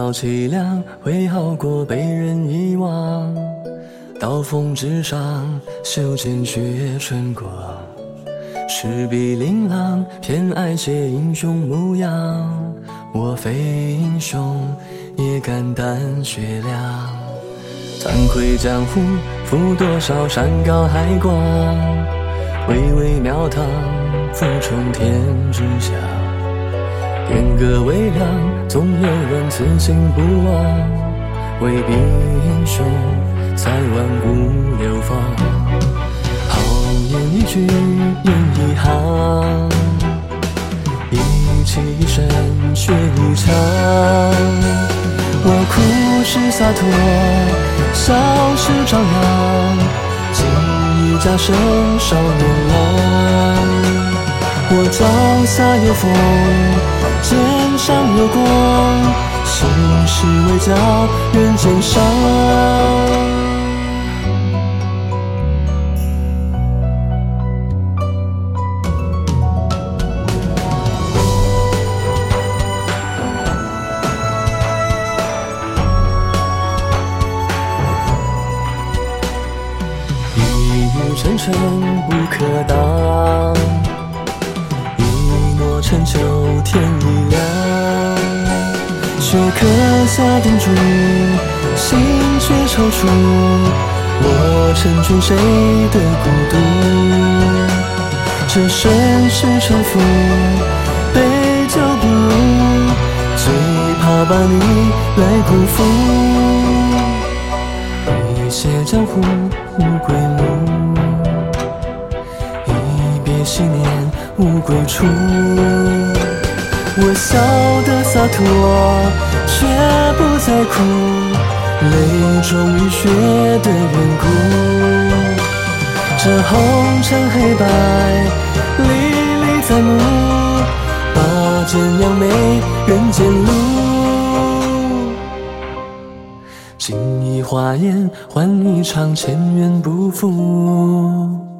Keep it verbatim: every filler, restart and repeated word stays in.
道凄凉会好过被人遗忘。刀锋之上，袖间血春光。赤壁琳琅，偏爱写英雄模样。我非英雄，也敢担血量。惭愧江湖，负多少山高海广。巍巍庙堂，俯冲天之下。点歌微凉，总有人此心不忘。未必英雄，才万古流芳。豪言一句，言一行，一气一身，血一场。我哭是洒脱，笑是张扬，锦衣加身，少年郎。我脚下有风，肩上有光，心事未交，人间伤。沉沉不可当，一诺成就天已亮。雪刻下叮嘱，心却踌躇。我成全谁的孤独？这身世沉浮，杯酒不入，最怕把你来辜负。一泻江湖无归路，昔年无归处。我笑得洒脱，却不再哭，泪中浴血的缘故。这红尘黑白，历历在目，拔剑扬眉，人间路。锦衣华颜，换一场千元不负。